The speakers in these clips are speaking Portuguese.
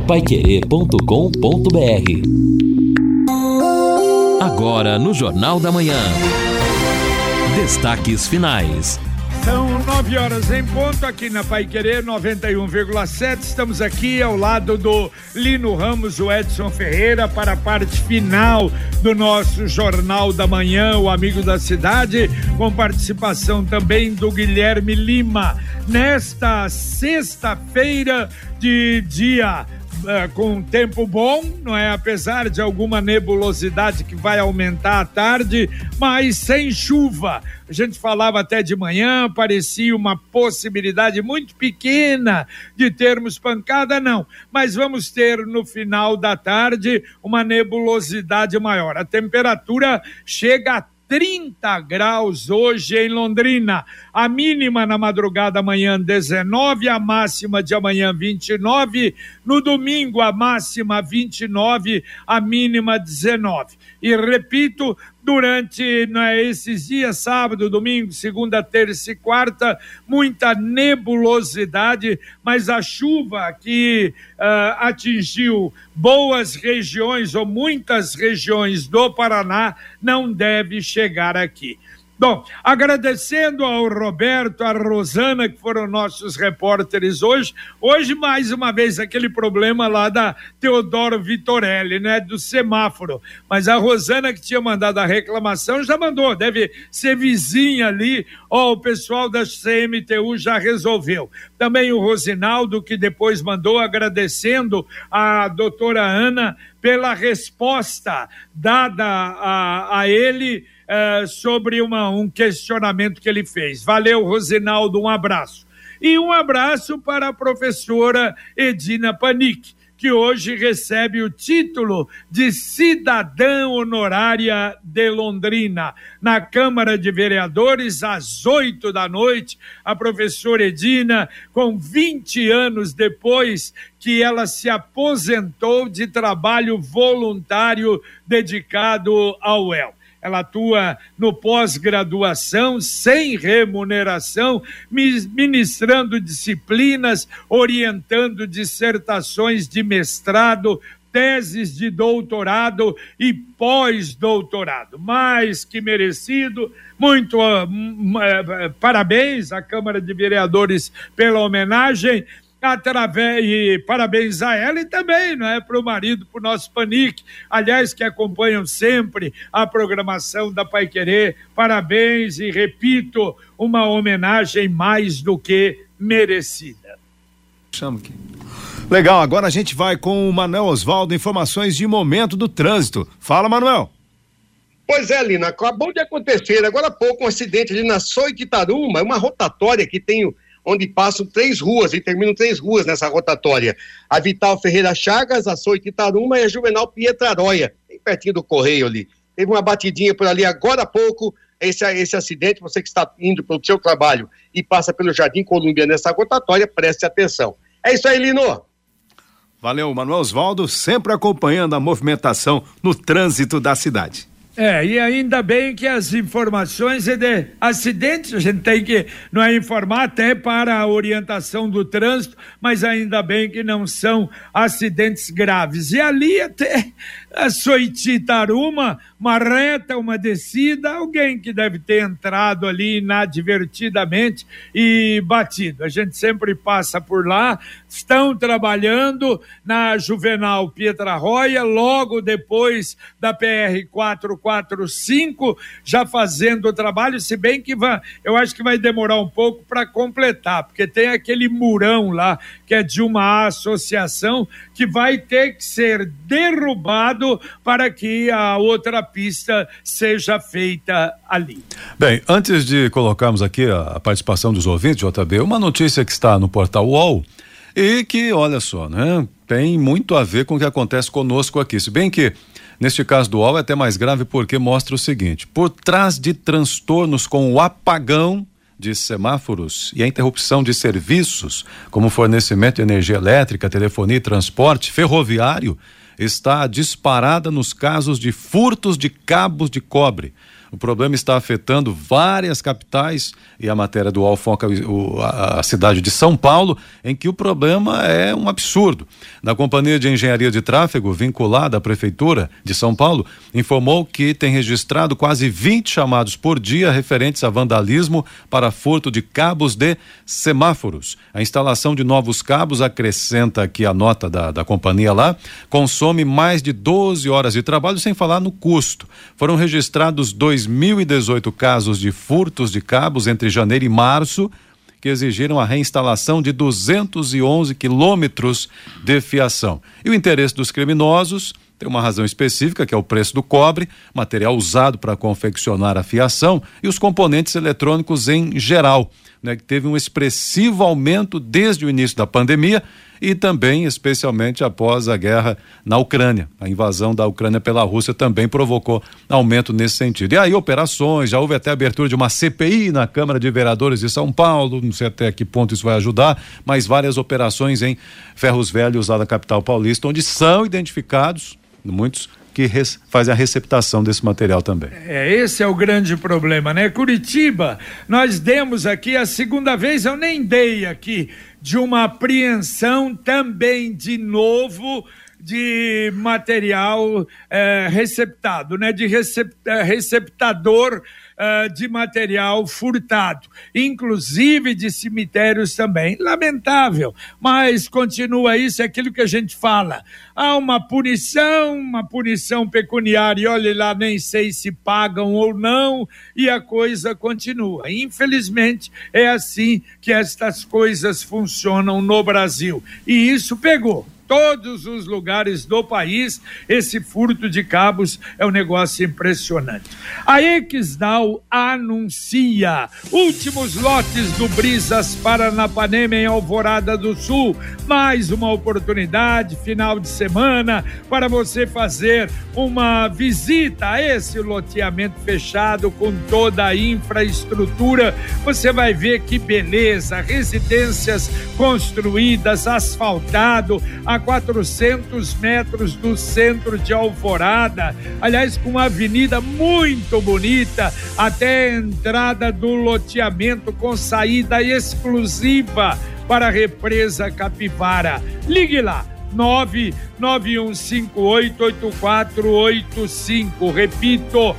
paiquerê.com.br. Agora no Jornal da Manhã. Destaques finais. São 9 horas em ponto aqui na Paiquerê 91,7. Estamos aqui ao lado do Lino Ramos, o Edson Ferreira, para a parte final do nosso Jornal da Manhã, o Amigo da Cidade, com participação também do Guilherme Lima. Nesta sexta-feira de dia com tempo bom, não é? Apesar de alguma nebulosidade que vai aumentar à tarde, mas sem chuva. A gente falava até de manhã, parecia uma possibilidade muito pequena de termos pancada, não. Mas vamos ter no final da tarde uma nebulosidade maior. A temperatura chega a 30 graus hoje em Londrina, a mínima na madrugada amanhã 19, a máxima de amanhã 29, no domingo a máxima 29, a mínima 19. E repito, durante esses dias, sábado, domingo, segunda, terça e quarta, muita nebulosidade, mas a chuva que atingiu boas regiões ou muitas regiões do Paraná não deve chegar aqui. Bom, agradecendo ao Roberto, à Rosana, que foram nossos repórteres hoje. Hoje, mais uma vez, aquele problema lá da Teodoro Vitorelli, né, do semáforo. Mas a Rosana, que tinha mandado a reclamação, já mandou, deve ser vizinha ali. O pessoal da CMTU já resolveu. Também o Rosinaldo, que depois mandou, agradecendo a doutora Ana pela resposta dada a ele sobre um questionamento que ele fez. Valeu, Rosinaldo, um abraço. E um abraço para a professora Edina Panic, que hoje recebe o título de cidadã honorária de Londrina. Na Câmara de Vereadores, às 8h, a professora Edina, com 20 anos depois que ela se aposentou de trabalho voluntário dedicado ao UEL. Ela atua no pós-graduação, sem remuneração, ministrando disciplinas, orientando dissertações de mestrado, teses de doutorado e pós-doutorado. Mais que merecido, muito parabéns à Câmara de Vereadores pela homenagem. E parabéns a ela e também, não é, para o marido, para o nosso Panic, aliás, que acompanham sempre a programação da Paiquerê. Parabéns e, repito, uma homenagem mais do que merecida. Chama aqui. Legal, agora a gente vai com o Manuel Osvaldo, informações de momento do trânsito. Fala, Manuel. Pois é, Lina, acabou de acontecer agora há pouco um acidente ali na Soititaruma, uma rotatória que tem onde passam 3 ruas e terminam 3 ruas nessa rotatória. A Vital Ferreira Chagas, a Soititaruma e a Juvenal Pietraróia, bem pertinho do Correio ali. Teve uma batidinha por ali agora há pouco, esse acidente, você que está indo pelo seu trabalho e passa pelo Jardim Colômbia nessa rotatória, preste atenção. É isso aí, Lino. Valeu, Manuel Osvaldo, sempre acompanhando a movimentação no trânsito da cidade. E ainda bem que as informações de acidentes a gente tem que informar até para a orientação do trânsito, mas ainda bem que não são acidentes graves. E ali até a Soititaruma, uma reta, uma descida, alguém que deve ter entrado ali inadvertidamente e batido. A gente sempre passa por lá, estão trabalhando na Juvenal Pietraróia, logo depois da PR 445, já fazendo o trabalho, se bem que eu acho que vai demorar um pouco para completar, porque tem aquele murão lá, que é de uma associação, que vai ter que ser derrubado para que a outra pista seja feita ali. Bem, antes de colocarmos aqui a participação dos ouvintes, JB, uma notícia que está no portal UOL e que, olha só, né, tem muito a ver com o que acontece conosco aqui, se bem que neste caso do UOL é até mais grave porque mostra o seguinte: por trás de transtornos com o apagão de semáforos e a interrupção de serviços, como fornecimento de energia elétrica, telefonia e transporte ferroviário, está disparada nos casos de furtos de cabos de cobre. O problema está afetando várias capitais e a matéria do UOL foca a cidade de São Paulo, em que o problema é um absurdo. Na Companhia de Engenharia de Tráfego, vinculada à Prefeitura de São Paulo, informou que tem registrado quase 20 chamados por dia referentes a vandalismo para furto de cabos de semáforos. A instalação de novos cabos, acrescenta aqui a nota da companhia lá, consome mais de 12 horas de trabalho, sem falar no custo. Foram registrados 2018 casos de furtos de cabos entre janeiro e março, que exigiram a reinstalação de 211 quilômetros de fiação. E o interesse dos criminosos tem uma razão específica, que é o preço do cobre, material usado para confeccionar a fiação, e os componentes eletrônicos em geral, né, que teve um expressivo aumento desde o início da pandemia e também, especialmente após a guerra na Ucrânia. A invasão da Ucrânia pela Rússia também provocou aumento nesse sentido. E aí, operações, já houve até a abertura de uma CPI na Câmara de Vereadores de São Paulo, não sei até que ponto isso vai ajudar, mas várias operações em Ferros Velhos, lá da capital paulista, onde são identificados muitos que fazem a receptação desse material também. Esse é o grande problema, né? Curitiba, nós demos aqui a segunda vez, eu nem dei aqui, de uma apreensão também de novo de material receptado, né? De receptador de material furtado, inclusive de cemitérios também. Lamentável, mas continua isso, é aquilo que a gente fala. Há uma punição pecuniária, e olha lá, nem sei se pagam ou não, e a coisa continua. Infelizmente, é assim que estas coisas funcionam no Brasil. E isso pegou todos os lugares do país. Esse furto de cabos é um negócio impressionante. A Exdal anuncia últimos lotes do Brisas Paranapanema em Alvorada do Sul. Mais uma oportunidade, final de semana, para você fazer uma visita a esse loteamento fechado com toda a infraestrutura. Você vai ver que beleza, residências construídas, asfaltado, a 400 metros do centro de Alvorada, aliás, com uma avenida muito bonita, até a entrada do loteamento, com saída exclusiva para a represa Capivara. Ligue lá, 991588485, repito,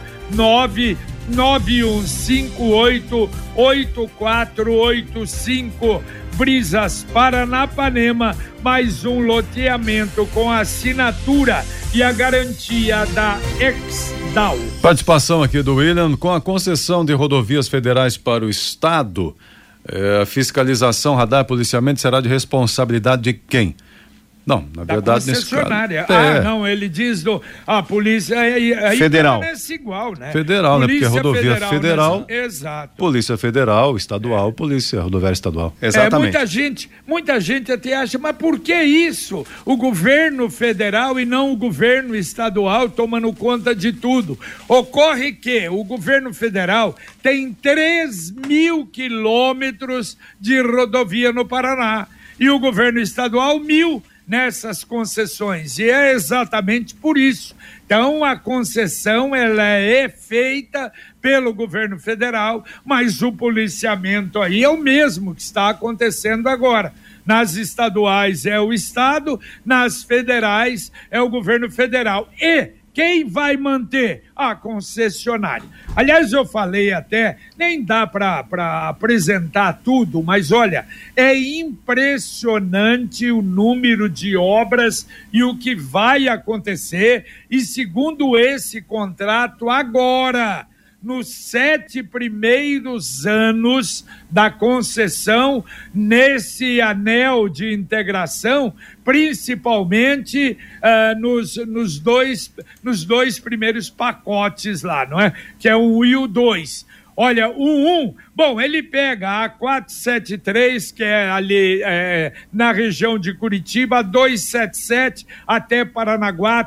991588485. Brisas Paranapanema, mais um loteamento com a assinatura e a garantia da Exdal. Participação aqui do William. Com a concessão de rodovias federais para o estado, a fiscalização, radar, policiamento será de responsabilidade de quem? Não, na verdade, nesse caso. Não, ele diz a polícia aí federal. Parece igual, né? Federal, né? Porque rodovia federal, exato. Polícia Federal, estadual, Polícia Rodoviária Estadual. Exatamente. Muita gente até acha, mas por que isso? O governo federal e não o governo estadual tomando conta de tudo. Ocorre que o governo federal tem 3.000 quilômetros de rodovia no Paraná e o governo estadual 1.000 nessas concessões, e é exatamente por isso. Então, a concessão, ela é feita pelo governo federal, mas o policiamento aí é o mesmo que está acontecendo agora. Nas estaduais é o estado, nas federais é o governo federal. E quem vai manter? A concessionária. Aliás, eu falei até, nem dá para apresentar tudo, mas olha, é impressionante o número de obras e o que vai acontecer, e segundo esse contrato agora, nos 7 primeiros anos da concessão, nesse anel de integração, principalmente nos dois primeiros pacotes lá, não é? Que é o 1 e o 2. Olha, o 1, bom, ele pega a 473, que é ali na região de Curitiba, 277 até Paranaguá,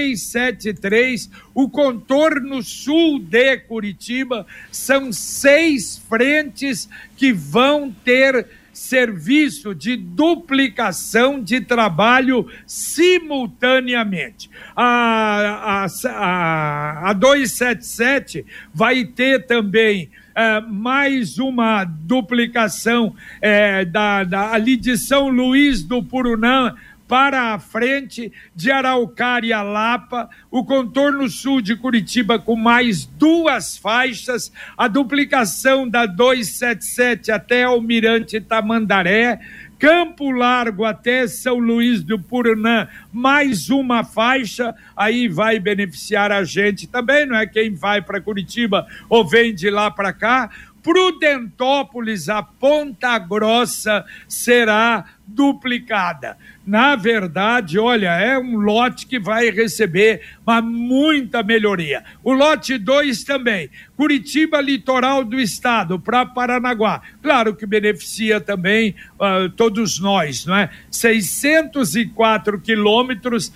373, o contorno sul de Curitiba. São 6 frentes que vão ter serviço de duplicação de trabalho simultaneamente. A 277 vai ter também mais uma duplicação ali de São Luís do Purunã para a frente, de Araucária a Lapa, o contorno sul de Curitiba com mais 2 faixas, a duplicação da 277 até Almirante Tamandaré, Campo Largo até São Luís do Purunã, mais uma faixa, aí vai beneficiar a gente também, não é quem vai para Curitiba ou vem de lá para cá. Prudentópolis, a Ponta Grossa será duplicada. Na verdade, olha, é um lote que vai receber muita melhoria. O lote 2 também, Curitiba, litoral do estado, para Paranaguá. Claro que beneficia também todos nós, não é? 604 quilômetros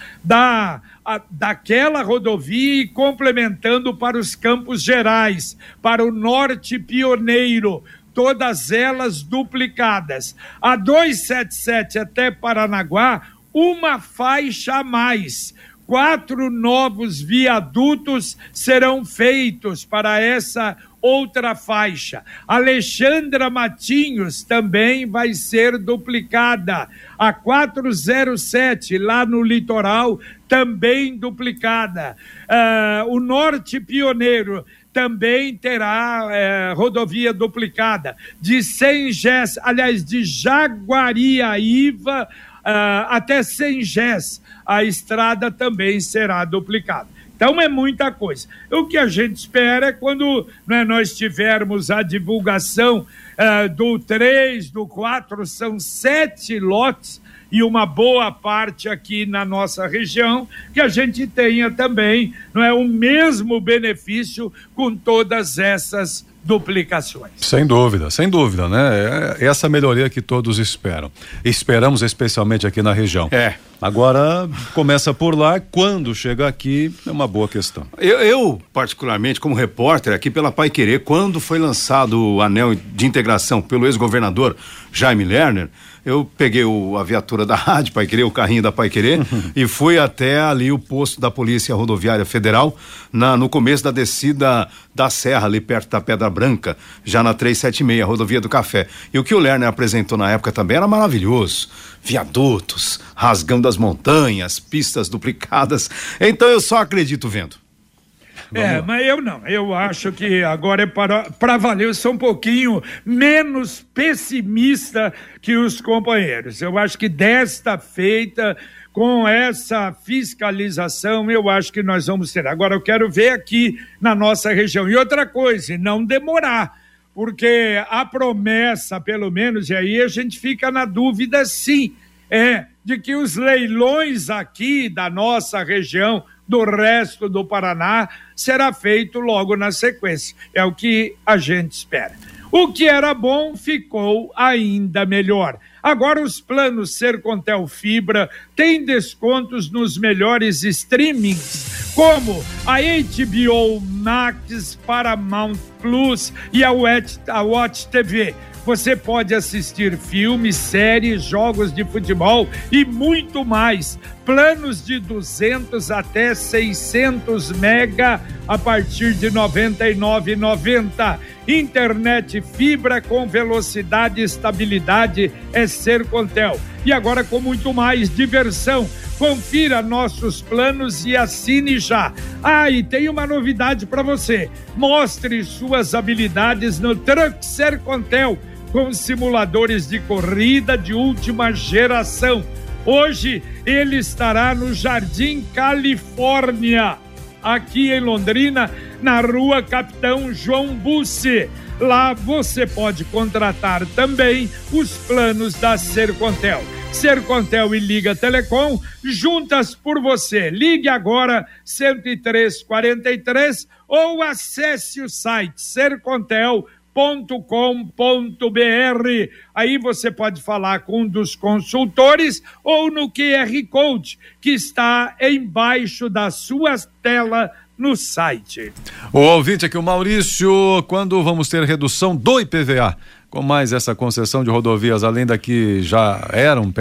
daquela rodovia e complementando para os Campos Gerais, para o Norte Pioneiro, todas elas duplicadas. A 277 até Paranaguá, uma faixa a mais. 4 novos viadutos serão feitos para essa outra faixa. Alexandra Matinhos também vai ser duplicada. A 407 lá no litoral também duplicada. O Norte Pioneiro também terá rodovia duplicada. De Sengés, aliás, de Jaguariaíva até Sengés, a estrada também será duplicada. Então é muita coisa. O que a gente espera é quando nós tivermos a divulgação do 3, do 4, são 7 lotes e uma boa parte aqui na nossa região, que a gente tenha também o mesmo benefício com todas essas duplicações. Sem dúvida, né? É essa melhoria que todos esperam. Esperamos especialmente aqui na região. Agora, começa por lá, quando chega aqui, é uma boa questão. Eu, particularmente, como repórter aqui pela Paiquerê, quando foi lançado o anel de integração pelo ex-governador Jaime Lerner, eu peguei a viatura da Rádio Paiquerê, o carrinho da Paiquerê, e fui até ali o posto da Polícia Rodoviária Federal, no começo da descida da Serra, ali perto da Pedra Branca, já na 376, a Rodovia do Café. E o que o Lerner apresentou na época também era maravilhoso. Viadutos, rasgando as montanhas, pistas duplicadas. Então eu só acredito vendo. Mas eu não, eu acho que agora é para valer. Eu sou um pouquinho menos pessimista que os companheiros. Eu acho que desta feita, com essa fiscalização, eu acho que nós vamos ter. Agora eu quero ver aqui na nossa região. E outra coisa, não demorar, porque a promessa, pelo menos, e aí a gente fica na dúvida, sim, de que os leilões aqui da nossa região, do resto do Paraná, será feito logo na sequência. É o que a gente espera. O que era bom ficou ainda melhor. Agora os planos Sercontel Fibra têm descontos nos melhores streamings, como a HBO Max, Paramount Plus e a Watch TV. Você pode assistir filmes, séries, jogos de futebol e muito mais. Planos de 200 até 600 mega a partir de R$ 99,90. Internet fibra com velocidade e estabilidade é Sercontel. E agora com muito mais diversão. Confira nossos planos e assine já. E tem uma novidade para você. Mostre suas habilidades no Truck Sercontel, com simuladores de corrida de última geração. Hoje ele estará no Jardim Califórnia, aqui em Londrina, na Rua Capitão João Bussi. Lá você pode contratar também os planos da Sercontel. Sercontel e Liga Telecom, juntas por você. Ligue agora 10343 ou acesse o site sercontel.com.br. Aí você pode falar com um dos consultores ou no QR Code que está embaixo da sua tela no site. O ouvinte aqui, o Maurício, quando vamos ter redução do IPVA? com mais essa concessão de rodovias, além das que já eram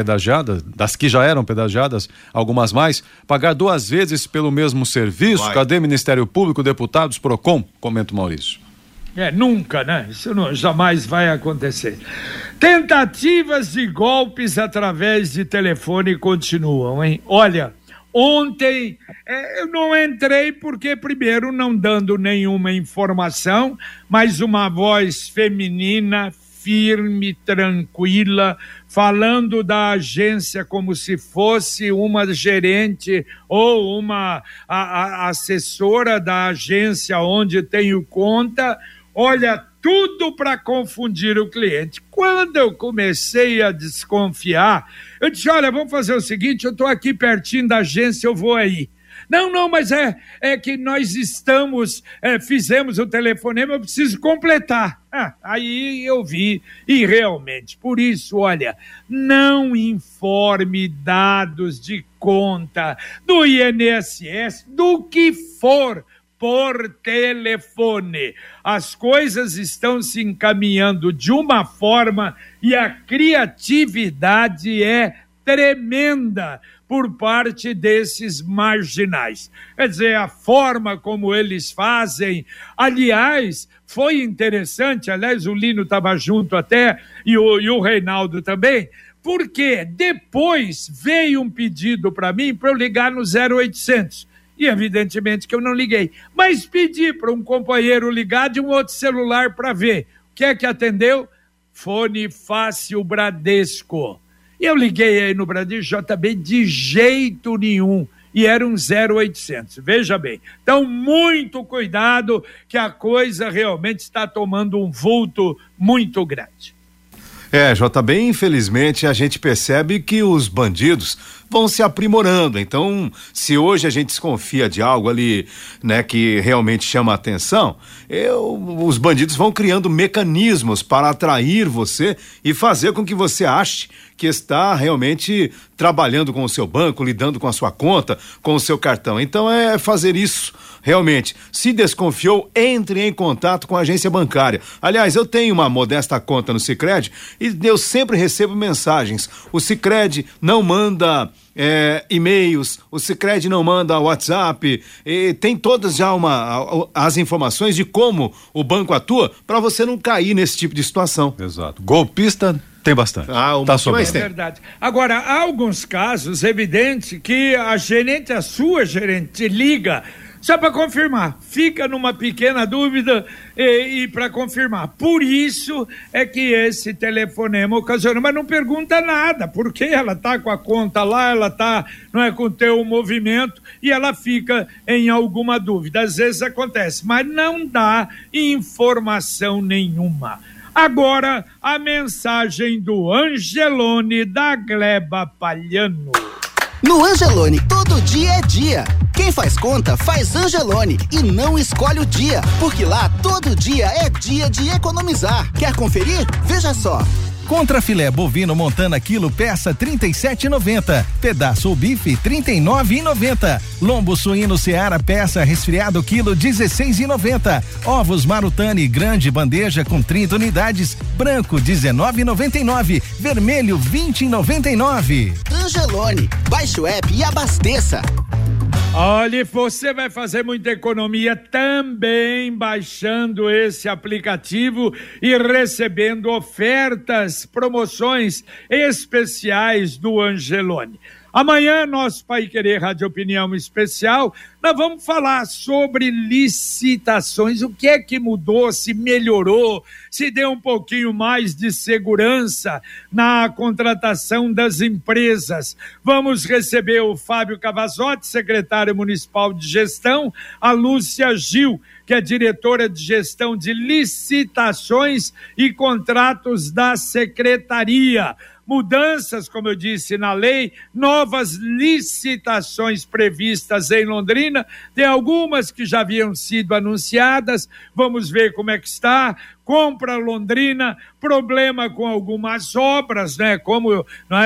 pedagiadas, algumas mais, pagar 2 vezes pelo mesmo serviço? Vai. Cadê Ministério Público, deputados, PROCON? Comenta o Maurício. Nunca, né? Isso jamais vai acontecer. Tentativas de golpes através de telefone continuam, hein? Olha, ontem eu não entrei porque, primeiro, não dando nenhuma informação, mas uma voz feminina, firme, tranquila, falando da agência como se fosse uma gerente ou uma assessora da agência onde tenho conta. Olha, tudo para confundir o cliente. Quando eu comecei a desconfiar, eu disse, olha, vamos fazer o seguinte, eu estou aqui pertinho da agência, eu vou aí. Não, mas é que nós fizemos o telefonema, eu preciso completar. Aí eu vi, e realmente, por isso, olha, não informe dados de conta do INSS, do que for, por telefone. As coisas estão se encaminhando de uma forma e a criatividade é tremenda por parte desses marginais. Quer dizer, a forma como eles fazem, aliás, foi interessante, o Lino estava junto até, e o Reinaldo também, porque depois veio um pedido para mim para eu ligar no 0800. E evidentemente que eu não liguei, mas pedi para um companheiro ligar de um outro celular para ver. O que é que atendeu? Fone Fácil Bradesco. E eu liguei aí no Bradesco JB de jeito nenhum. E era um 0800. Veja bem. Então, muito cuidado que a coisa realmente está tomando um vulto muito grande. JB, infelizmente a gente percebe que os bandidos vão se aprimorando. Então, se hoje a gente desconfia de algo ali, né, que realmente chama a atenção, os bandidos vão criando mecanismos para atrair você e fazer com que você ache que está realmente trabalhando com o seu banco, lidando com a sua conta, com o seu cartão. Então, é fazer isso. Realmente, se desconfiou, entre em contato com a agência bancária. Aliás, eu tenho uma modesta conta no Sicredi e eu sempre recebo mensagens. O Sicredi não manda e-mails, o Sicredi não manda WhatsApp, tem todas já as informações de como o banco atua para você não cair nesse tipo de situação. Exato. Golpista tem bastante. Tá sobrando. É verdade. Agora, há alguns casos, evidente, que a sua gerente liga só para confirmar, fica numa pequena dúvida e para confirmar. Por isso é que esse telefonema ocasiona, mas não pergunta nada, porque ela tá com a conta lá, ela tá, não é, com o teu movimento e ela fica em alguma dúvida. Às vezes acontece, mas não dá informação nenhuma. Agora, a mensagem do Angelone da Gleba Palhano. No Angelone, todo dia é dia. Quem faz conta, faz Angelone e não escolhe o dia, porque lá todo dia é dia de economizar. Quer conferir? Veja só. Contrafilé bovino Montana quilo peça R$37,90. Pedaço ou bife R$39,90. Lombo suíno Seara peça resfriado quilo R$16,90. Ovos Marutani grande bandeja com 30 unidades. Branco R$19,99. Vermelho R$20,99. Angelone, baixe o app e abasteça. Olha, você vai fazer muita economia também baixando esse aplicativo e recebendo ofertas, promoções especiais do Angelone. Amanhã, nosso Pai Querer Rádio Opinião Especial, nós vamos falar sobre licitações, o que é que mudou, se melhorou, se deu um pouquinho mais de segurança na contratação das empresas. Vamos receber o Fábio Cavazotti, secretário municipal de gestão, a Lúcia Gil, que é diretora de gestão de licitações e contratos da secretaria. Mudanças, como eu disse, na lei, novas licitações previstas em Londrina, tem algumas que já haviam sido anunciadas, vamos ver como é que está. Compra Londrina, problema com algumas obras, né? Como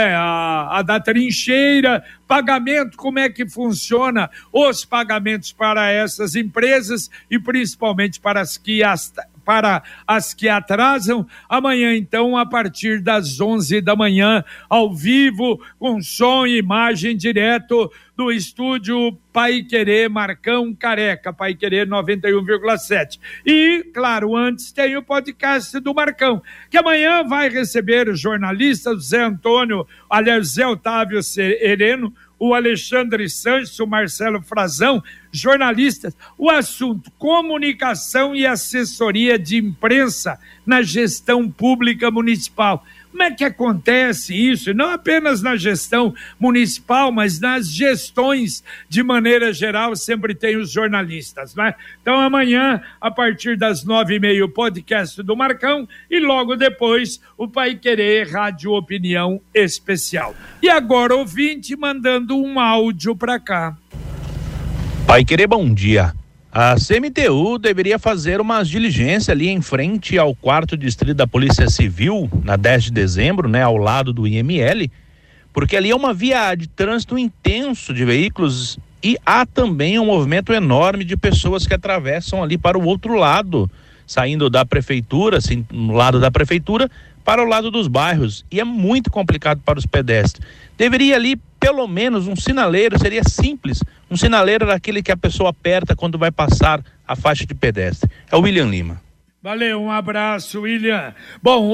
a da trincheira, pagamento, como é que funciona os pagamentos para essas empresas e principalmente para para as que atrasam. Amanhã, então, a partir das 11 da manhã, ao vivo, com som e imagem direto do estúdio Paiquerê Marcão Careca, Paiquerê 91,7. E, claro, antes tem o podcast do Marcão, que amanhã vai receber o jornalista Zé Otávio Sereno, o Alexandre Sanches, o Marcelo Frazão, jornalistas. O assunto: comunicação e assessoria de imprensa na gestão pública municipal. Como é que acontece isso? Não apenas na gestão municipal, mas nas gestões de maneira geral, sempre tem os jornalistas, né? Então amanhã, a partir das 9h30, o podcast do Marcão e logo depois o Paiquerê Rádio Opinião Especial. E agora, ouvinte mandando um áudio para cá. Paiquerê, bom dia. A CMTU deveria fazer umas diligências ali em frente ao 4º Distrito da Polícia Civil, na 10 de dezembro, né, ao lado do IML, porque ali é uma via de trânsito intenso de veículos e há também um movimento enorme de pessoas que atravessam ali para o outro lado, saindo da prefeitura, assim, no lado da prefeitura, para o lado dos bairros, e é muito complicado para os pedestres. Deveria ali, pelo menos, um sinaleiro, seria simples, um sinaleiro daquele que a pessoa aperta quando vai passar a faixa de pedestre. É o William Lima. Valeu, um abraço, William. Bom,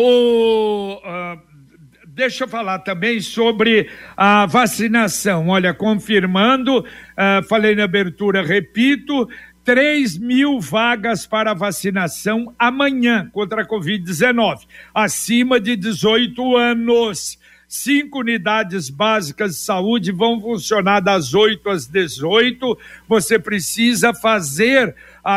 deixa eu falar também sobre a vacinação. Olha, confirmando, falei na abertura, repito, 3.000 vagas para vacinação amanhã contra a Covid-19, acima de 18 anos. 5 unidades básicas de saúde vão funcionar das 8 às 18. Você precisa fazer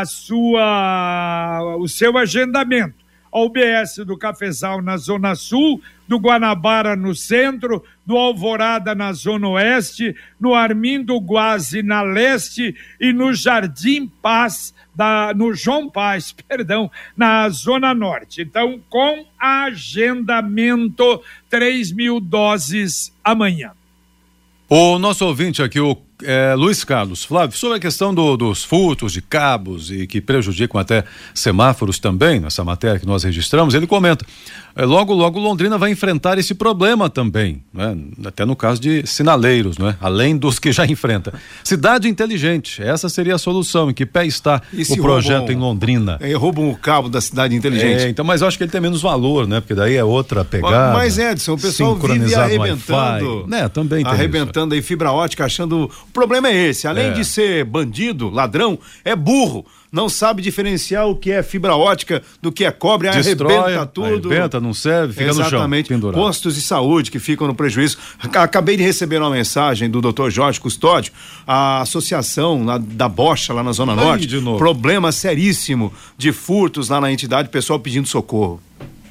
o seu agendamento. A UBS do Cafezal na Zona Sul, do Guanabara no centro, do Alvorada na Zona Oeste, no Armindo Guazzi na Leste e no Jardim Paz, no João Paz, na Zona Norte. Então, com agendamento, 3.000 doses amanhã. O nosso ouvinte aqui, o Luiz Carlos Flávio, sobre a questão dos furtos de cabos e que prejudicam até semáforos também, nessa matéria que nós registramos, ele comenta, logo Londrina vai enfrentar esse problema também, né? Até no caso de sinaleiros, né? Além dos que já enfrenta. Cidade inteligente, essa seria a solução. Em que pé está o projeto em Londrina? Roubam o cabo da cidade inteligente. Então, mas eu acho que ele tem menos valor, né? Porque daí é outra pegada. Mas Edson, o pessoal vive arrebentando, também tem arrebentando aí fibra ótica, achando... O problema é esse, além de ser bandido, ladrão, é burro, não sabe diferenciar o que é fibra ótica do que é cobre, arrebenta tudo. Arrebenta, não serve, fica exatamente, no chão, pendurado. Postos de saúde que ficam no prejuízo. Acabei de receber uma mensagem do Dr. Jorge Custódio, a associação da Bocha, lá na Zona Norte, problema seríssimo de furtos lá na entidade, pessoal pedindo socorro.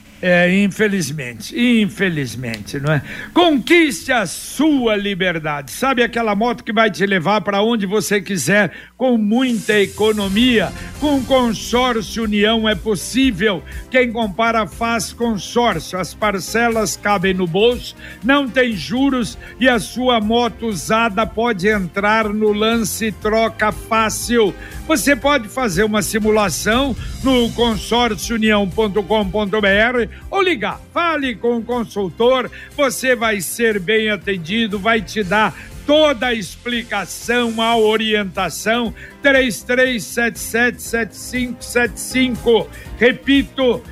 Infelizmente, não é? Conquiste a sua liberdade. Sabe aquela moto que vai te levar para onde você quiser com muita economia? Com o Consórcio União é possível. Quem compara faz consórcio. As parcelas cabem no bolso, não tem juros e a sua moto usada pode entrar no lance troca fácil. Você pode fazer uma simulação no consórciounião.com.br ou ligar, fale com o consultor, você vai ser bem atendido, vai te dar toda a explicação, a orientação. 33777575, repito,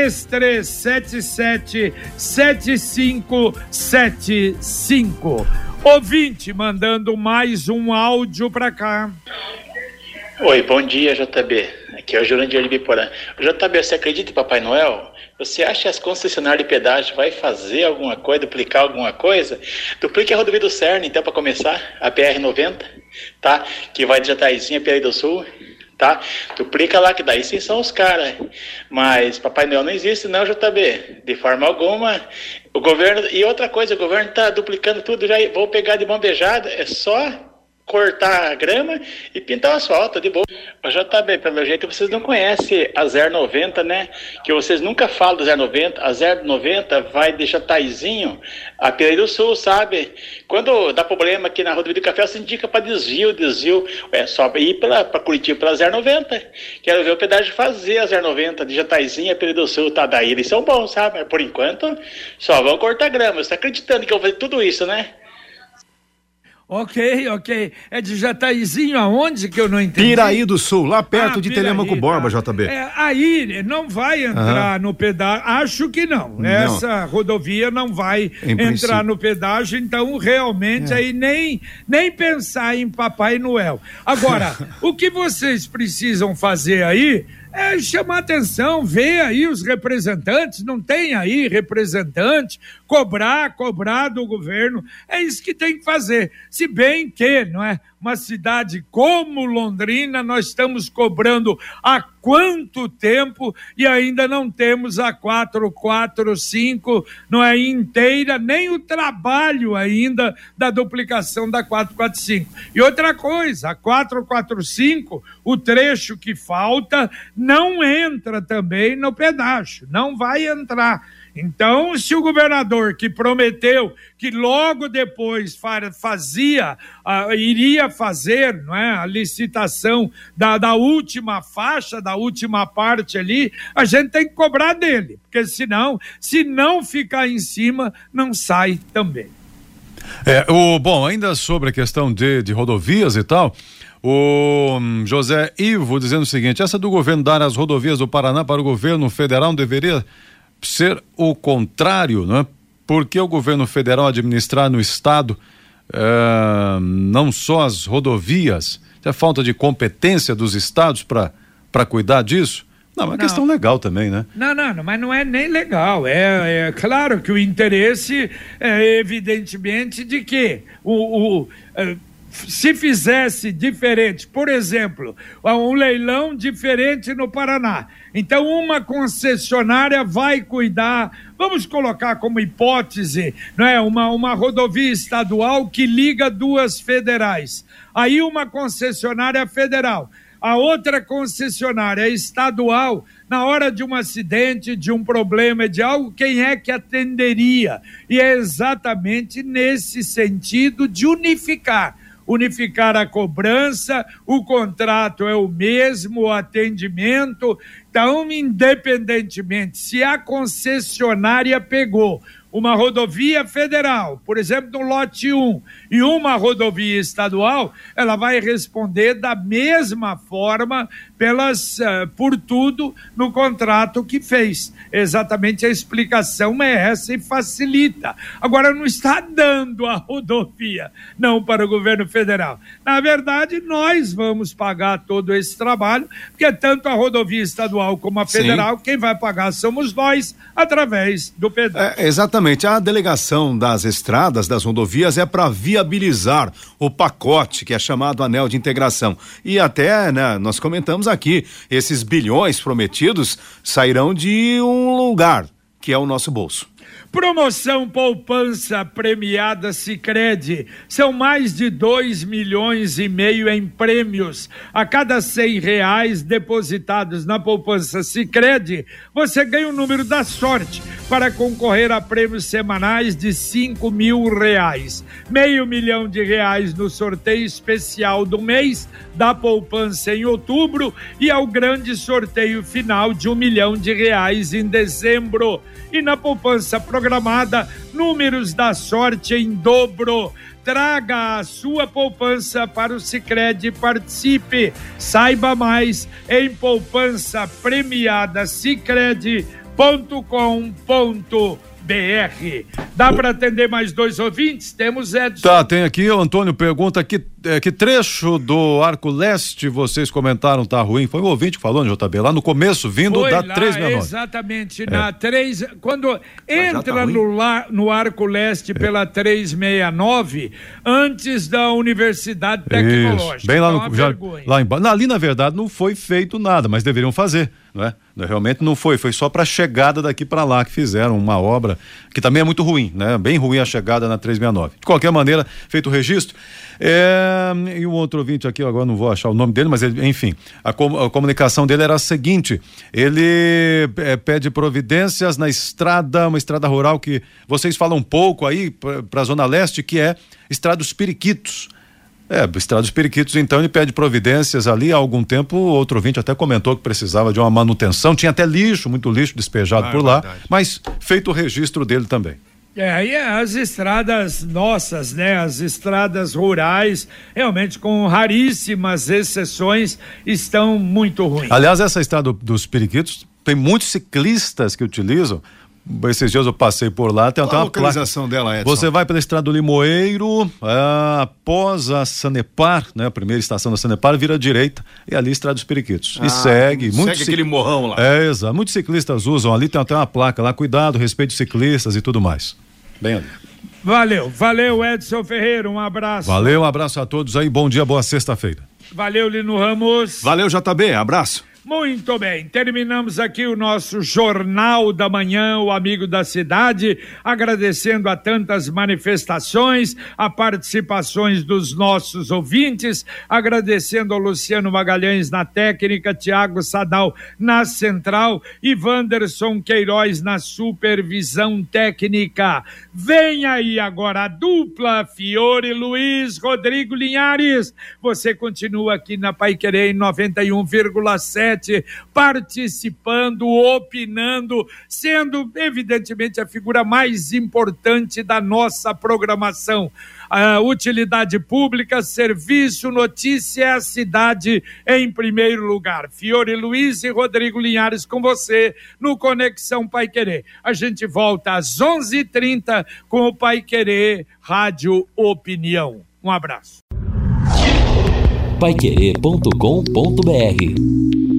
33777575. Ouvinte mandando mais um áudio para cá. Oi, bom dia, JB. Aqui é o Jurandir de Biporã. JB, você acredita em Papai Noel? Você acha que as concessionárias de pedágio vai fazer alguma coisa, duplicar alguma coisa? Duplique a rodovia do Cerne, então, para começar, a PR-90, tá? Que vai de Jataizinho a Piauí do Sul, tá? Duplica lá, que daí sim são os caras. Mas Papai Noel não existe, não, JB. De forma alguma. O governo... E outra coisa, o governo tá duplicando tudo, já vou pegar de mão beijada, é só cortar a grama e pintar o asfalto, de boa. Mas já tá bem, pelo jeito vocês não conhecem a 090, né? Que vocês nunca falam da 090. A 090 vai deixar Taizinho a Pereira do Sul, sabe? Quando dá problema aqui na Rodovia do Café, você indica para desvio. É só ir para Curitiba pela 090. Quero ver o pedágio fazer a 090 de Jataizinho a Pereira do Sul, tá? Daí eles são bons, sabe? Mas por enquanto, só vão cortar grama. Você tá acreditando que eu vou fazer tudo isso, né? Ok. É de Jataizinho aonde que eu não entendi? Piraí do Sul, lá perto de Piraí, Telêmaco Borba, tá. JB. Aí não vai entrar no pedágio, acho que não. Essa rodovia não vai entrar no pedágio, então realmente aí nem pensar em Papai Noel. Agora, o que vocês precisam fazer aí é chamar atenção, ver aí os representantes, não tem aí representante, cobrar do governo, é isso que tem que fazer, se bem que, não é, uma cidade como Londrina, nós estamos cobrando há quanto tempo e ainda não temos a 445, não é, inteira, nem o trabalho ainda da duplicação da 445. E outra coisa, a 445, o trecho que falta, não entra também no pedágio, não vai entrar. Então, se o governador que prometeu que logo depois iria fazer, não é, a licitação da última faixa, da última parte ali, a gente tem que cobrar dele, porque senão, se não ficar em cima, não sai também. Bom, ainda sobre a questão de rodovias e tal, o José Ivo dizendo o seguinte: essa do governo dar as rodovias do Paraná para o governo federal deveria ser o contrário, né? Porque o governo federal administrar no estado não só as rodovias, é falta de competência dos estados para cuidar disso? Não, é uma questão legal também, né? Não, mas não é nem legal, é claro que o interesse é evidentemente de que se fizesse diferente, por exemplo, um leilão diferente no Paraná, então uma concessionária vai cuidar, vamos colocar como hipótese, não é, uma rodovia estadual que liga duas federais, aí uma concessionária federal, a outra concessionária estadual, na hora de um acidente, de um problema, de algo, quem é que atenderia? E é exatamente nesse sentido de unificar a cobrança, o contrato é o mesmo, o atendimento, então, independentemente, se a concessionária pegou uma rodovia federal, por exemplo, no lote 1, e uma rodovia estadual, ela vai responder da mesma forma por tudo no contrato que fez. Exatamente a explicação é essa e facilita. Agora, não está dando a rodovia, não para o governo federal. Na verdade, nós vamos pagar todo esse trabalho, porque tanto a rodovia estadual como a federal, quem vai pagar somos nós, através do pedágio. Exatamente. A delegação das estradas, das rodovias, é para viabilizar o pacote que é chamado Anel de Integração. E até, né, nós comentamos aqui, esses bilhões prometidos sairão de um lugar, que é o nosso bolso. Promoção Poupança Premiada Sicredi. São mais de 2,5 milhões em prêmios. A cada R$100 depositados na Poupança Sicredi, você ganha o número da sorte para concorrer a prêmios semanais de R$5 mil. R$500 mil no sorteio especial do mês da poupança em outubro e ao grande sorteio final de R$1 milhão em dezembro. E na poupança programada, números da sorte em dobro. Traga a sua poupança para o Sicredi e participe. Saiba mais em poupançapremiadasicredi.com.br. Dá para atender mais 2 ouvintes? Temos Edson. Tá, tem aqui, o Antônio pergunta que trecho do Arco Leste vocês comentaram tá ruim? Foi o ouvinte que falou, no JB, lá no começo, vindo da 369. Exatamente, na 3, quando entra no Arco Leste pela 369, antes da Universidade Tecnológica. Isso, bem lá lá embaixo. Ali, na verdade, não foi feito nada, mas deveriam fazer, não é? Realmente não foi só para a chegada daqui para lá que fizeram uma obra que também é muito ruim, né? Bem ruim a chegada na 369. De qualquer maneira, feito o registro, E o outro ouvinte aqui, agora não vou achar o nome dele, mas ele, enfim, a comunicação dele era a seguinte: ele pede providências na estrada, uma estrada rural que vocês falam um pouco aí para a Zona Leste, que é Estrada dos Periquitos. Estrada dos Periquitos, então ele pede providências ali há algum tempo. Outro ouvinte até comentou que precisava de uma manutenção, tinha até muito lixo despejado por lá, mas feito o registro dele também. Aí as estradas nossas, né? As estradas rurais, realmente com raríssimas exceções, estão muito ruins. Aliás, essa estrada dos Periquitos, tem muitos ciclistas que utilizam. Esses dias eu passei por lá, tem até uma localização dela, Edson? Você vai pela estrada do Limoeiro, após a Sanepar, né? A primeira estação da Sanepar, vira à direita, e ali estrada dos Periquitos. E segue. Segue aquele morrão lá. Exato. Muitos ciclistas usam ali, tem até uma placa lá, cuidado, respeito ciclistas e tudo mais. Bem ali. Valeu Edson Ferreira, um abraço. Valeu, um abraço a todos aí, bom dia, boa sexta-feira. Valeu, Lino Ramos. Valeu, JB, abraço. Muito bem, terminamos aqui o nosso Jornal da Manhã, o Amigo da Cidade, agradecendo a tantas manifestações, a participações dos nossos ouvintes, agradecendo ao Luciano Magalhães na técnica, Tiago Sadal na central e Wanderson Queiroz na supervisão técnica. Vem aí agora a dupla Fiore Luiz, Rodrigo Linhares. Você continua aqui na Paiquerê em 91,7, participando, opinando, sendo evidentemente a figura mais importante da nossa programação. A utilidade pública, serviço, notícia, a cidade em primeiro lugar. Fiore Luiz e Rodrigo Linhares com você no Conexão Paiquerê. A gente volta às 11h30 com o Paiquerê Rádio Opinião. Um abraço. Paiquerê.com.br